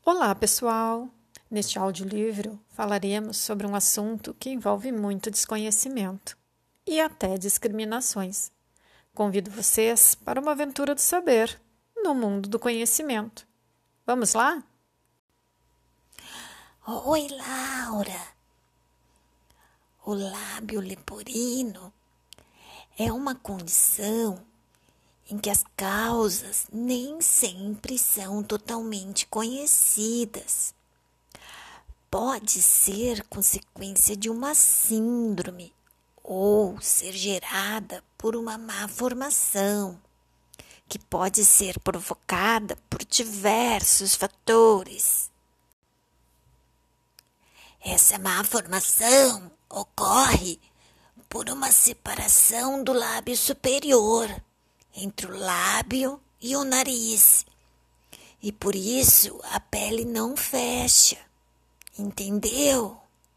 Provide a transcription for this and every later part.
Olá, pessoal! Neste audiolivro falaremos sobre um assunto que envolve muito desconhecimento e até discriminações. Convido vocês para uma aventura do saber no mundo do conhecimento. Vamos lá? Oi, Laura. O lábio leporino é uma condição em que as causas nem sempre são totalmente conhecidas. Pode ser consequência de uma síndrome ou ser gerada por uma má formação, que pode ser provocada por diversos fatores. Essa má formação ocorre por uma separação do lábio superior entre o lábio e o nariz. E por isso a pele não fecha. Entendeu?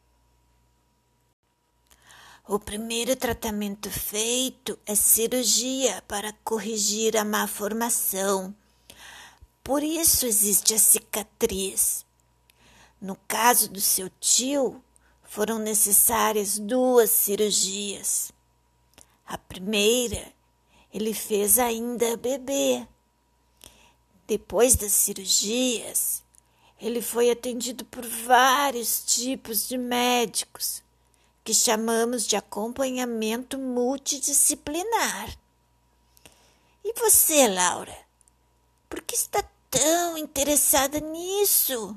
O primeiro tratamento feito é cirurgia para corrigir a má formação. Por isso existe a cicatriz. No caso do seu tio, foram necessárias 2 cirurgias. A primeira, ele fez ainda bebê. Depois das cirurgias, ele foi atendido por vários tipos de médicos, que chamamos de acompanhamento multidisciplinar. E você, Laura, por que está tão interessada nisso?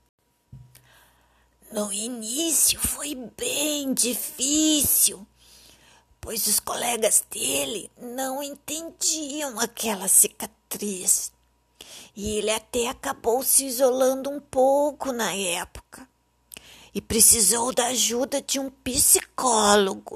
No início foi bem difícil, pois os colegas dele não entendiam aquela cicatriz. E ele até acabou se isolando um pouco na época e precisou da ajuda de um psicólogo.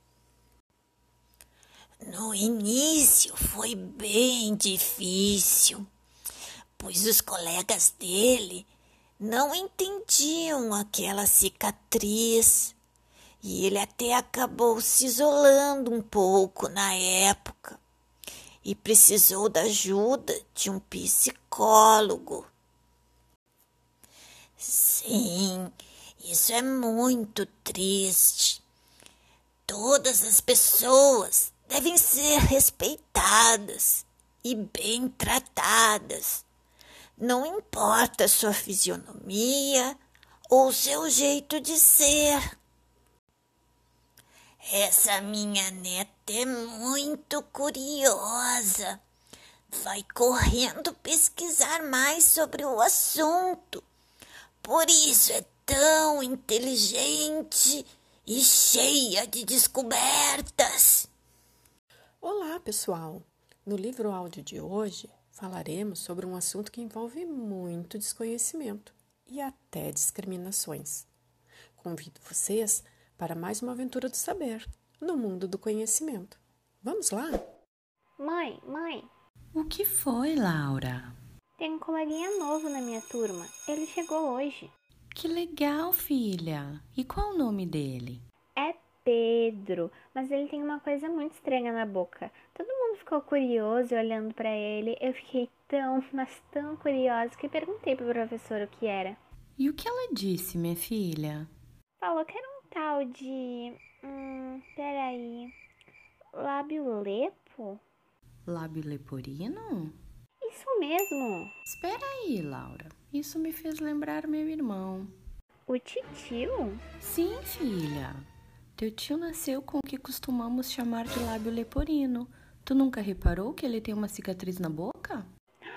No início foi bem difícil, pois os colegas dele não entendiam aquela cicatriz e ele até acabou se isolando um pouco na época e precisou da ajuda de um psicólogo. Sim, isso é muito triste. Todas as pessoas devem ser respeitadas e bem tratadas. Não importa sua fisionomia ou seu jeito de ser. Essa minha neta é muito curiosa. Vai correndo pesquisar mais sobre o assunto. Por isso é tão inteligente e cheia de descobertas. Olá, pessoal! No livro áudio de hoje falaremos sobre um assunto que envolve muito desconhecimento e até discriminações. Convido vocês para mais uma aventura do saber no mundo do conhecimento. Vamos lá? Mãe, O que foi, Laura? tem um coleguinha novo na minha turma. Ele chegou hoje. Que legal, filha. E qual o nome dele? É Pedro, mas ele tem uma coisa muito estranha na boca. Todo mundo ficou curioso e olhando pra ele. Eu fiquei mas tão curiosa que perguntei pro professor o que era. E o que ela disse, minha filha? Falou que era um tal de... peraí... Lábio lepo? Lábio leporino? Isso mesmo! Espera aí, Laura. Isso me fez lembrar meu irmão. O titio? Sim, filha. Teu tio nasceu com o que costumamos chamar de lábio leporino. Tu nunca reparou que ele tem uma cicatriz na boca?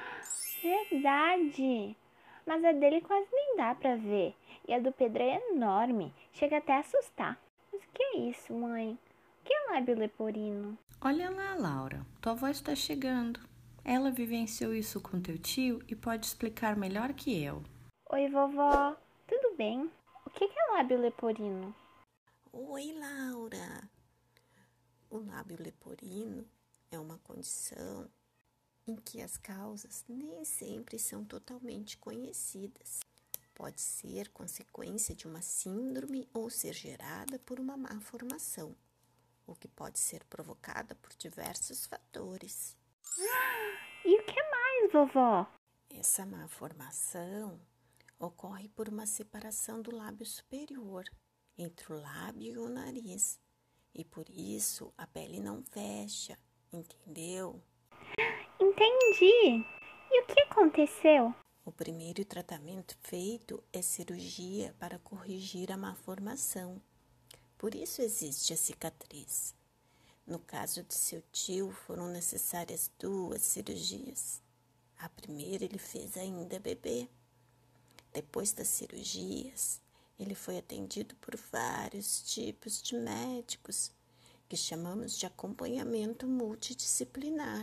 Verdade! Mas a dele quase nem dá pra ver. E a do Pedro é enorme. Chega até a assustar. Mas o que é isso, mãe? O que é lábio leporino? Olha lá, Laura. Tua avó está chegando. Ela vivenciou isso com teu tio e pode explicar melhor que eu. Oi, vovó. Tudo bem? O que é lábio leporino? Oi, Laura. O lábio leporino é uma condição em que as causas nem sempre são totalmente conhecidas. Pode ser consequência de uma síndrome ou ser gerada por uma má formação, o que pode ser provocada por diversos fatores. E o que mais, vovó? Essa má formação ocorre por uma separação do lábio superior entre o lábio e o nariz, e por isso a pele não fecha, entendeu? Entendi. E o que aconteceu? O primeiro tratamento feito é cirurgia para corrigir a malformação. Por isso existe a cicatriz. No caso de seu tio, foram necessárias 2 cirurgias. A primeira ele fez ainda bebê. Depois das cirurgias, ele foi atendido por vários tipos de médicos, que chamamos de acompanhamento multidisciplinar.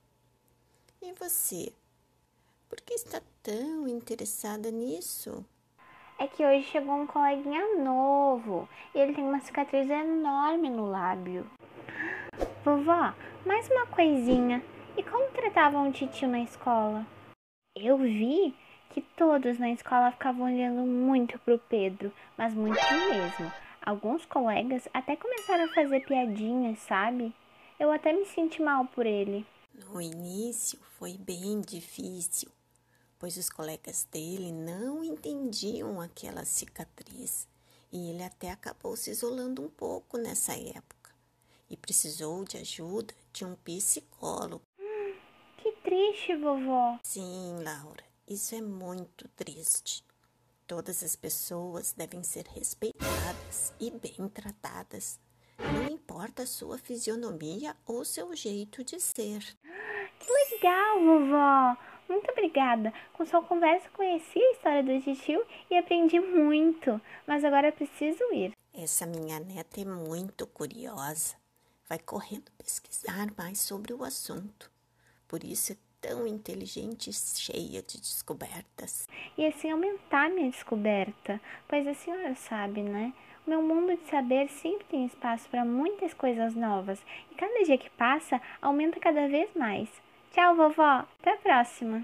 E você? Por que está tão interessada nisso? É que hoje chegou um coleguinha novo e ele tem uma cicatriz enorme no lábio. Vovó, mais uma coisinha. E como tratavam o titio na escola? Eu vi que todos na escola ficavam olhando muito pro Pedro, mas muito mesmo. Alguns colegas até começaram a fazer piadinhas, sabe? Eu até me senti mal por ele. No início foi bem difícil, pois os colegas dele não entendiam aquela cicatriz e ele até acabou se isolando um pouco nessa época e precisou de ajuda de um psicólogo. Que triste, vovó. Sim, Laura, isso é muito triste. Todas as pessoas devem ser respeitadas e bem tratadas, não importa a sua fisionomia ou seu jeito de ser. Que legal, vovó. Muito obrigada. Com sua conversa conheci a história do titio e aprendi muito. Mas agora preciso ir. Essa minha neta é muito curiosa. Vai correndo pesquisar mais sobre o assunto. Por isso é tão inteligente e cheia de descobertas. E assim aumentar minha descoberta. Pois a senhora sabe, né? O meu mundo de saber sempre tem espaço para muitas coisas novas. E cada dia que passa, aumenta cada vez mais. Tchau, vovó. Até a próxima.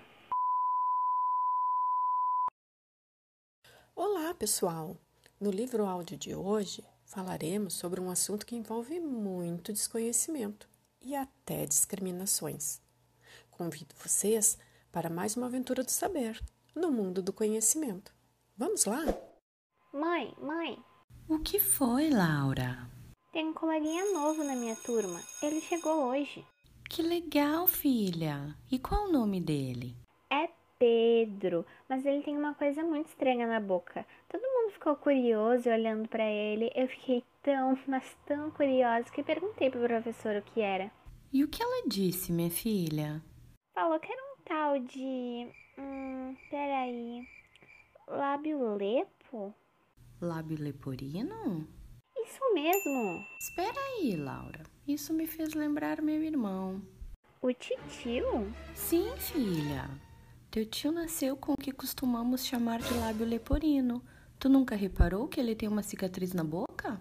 Olá, pessoal! No livro áudio de hoje, falaremos sobre um assunto que envolve muito desconhecimento e até discriminações. Convido vocês para mais uma aventura do saber no mundo do conhecimento. Vamos lá? Mãe, O que foi, Laura? tem um coleguinha novo na minha turma. Ele chegou hoje. Que legal, filha! E qual o nome dele? É Pedro, mas ele tem uma coisa muito estranha na boca. Todo mundo ficou curioso e olhando para ele. Eu fiquei mas tão curiosa que perguntei pro professor o que era. E o que ela disse, minha filha? Falou que era um tal de... peraí... Lábio lepo? Lábio leporino? Isso mesmo! Espera aí, Laura. Isso me fez lembrar meu irmão. O titio? Sim, filha. Teu tio nasceu com o que costumamos chamar de lábio leporino. Tu nunca reparou que ele tem uma cicatriz na boca?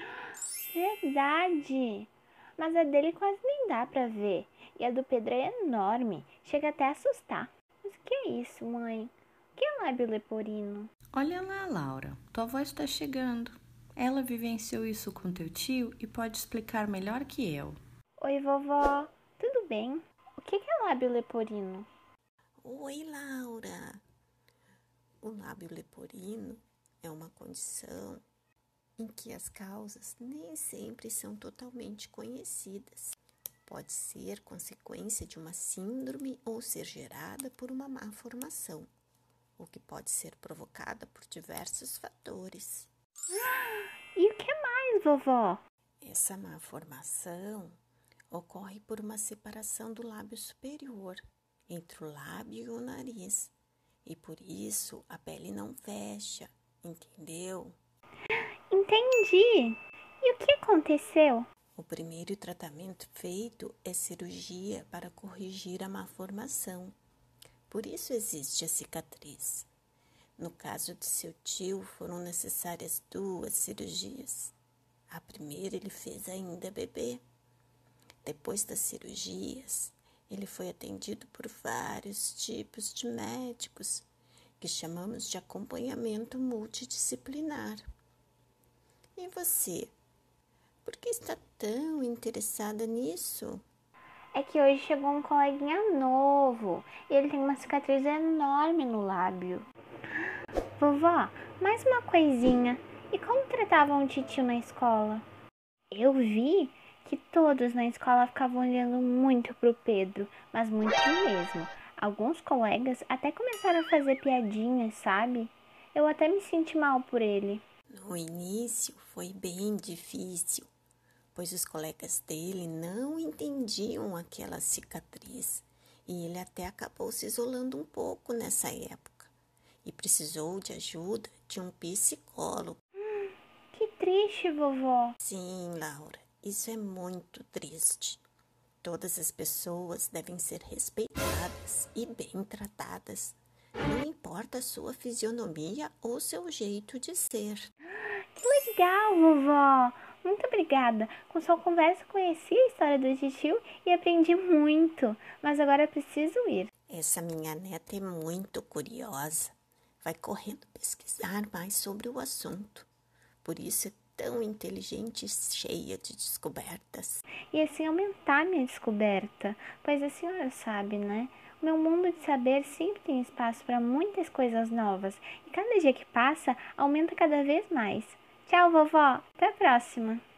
Verdade! Mas a dele quase nem dá pra ver. E a do Pedro é enorme. Chega até a assustar. Mas o que é isso, mãe? O que é lábio leporino? Olha lá, Laura. Tua avó está chegando. Ela vivenciou isso com teu tio e pode explicar melhor que eu. Oi, vovó. Tudo bem? O que é lábio leporino? Oi, Laura! O lábio leporino é uma condição em que as causas nem sempre são totalmente conhecidas. Pode ser consequência de uma síndrome ou ser gerada por uma má formação, o que pode ser provocada por diversos fatores. E o que mais, vovó? Essa má formação ocorre por uma separação do lábio superior entre o lábio e o nariz, e por isso a pele não fecha, entendeu? Entendi. E o que aconteceu? O primeiro tratamento feito é cirurgia para corrigir a malformação. Por isso existe a cicatriz. No caso de seu tio, foram necessárias 2 cirurgias. A primeira ele fez ainda bebê. Depois das cirurgias, ele foi atendido por vários tipos de médicos, que chamamos de acompanhamento multidisciplinar. E você? Por que está tão interessada nisso? É que hoje chegou um coleguinha novo e ele tem uma cicatriz enorme no lábio. Vovó, mais uma coisinha. E como tratavam o titio na escola? Eu vi que todos na escola ficavam olhando muito pro Pedro, mas muito mesmo. Alguns colegas até começaram a fazer piadinhas, sabe? Eu até me senti mal por ele. No início foi bem difícil, pois os colegas dele não entendiam aquela cicatriz e ele até acabou se isolando um pouco nessa época e precisou de ajuda de um psicólogo. Que triste, vovó. Sim, Laura, isso é muito triste. Todas as pessoas devem ser respeitadas e bem tratadas. Não importa a sua fisionomia ou seu jeito de ser. Que legal, vovó. Muito obrigada. Com sua conversa conheci a história do titio e aprendi muito. Mas agora preciso ir. Essa minha neta é muito curiosa. Vai correndo pesquisar mais sobre o assunto. Por isso é tão inteligente e cheia de descobertas. E assim aumentar minha descoberta. Pois a senhora sabe, né? O meu mundo de saber sempre tem espaço para muitas coisas novas. E cada dia que passa, aumenta cada vez mais. Tchau, vovó. Até a próxima.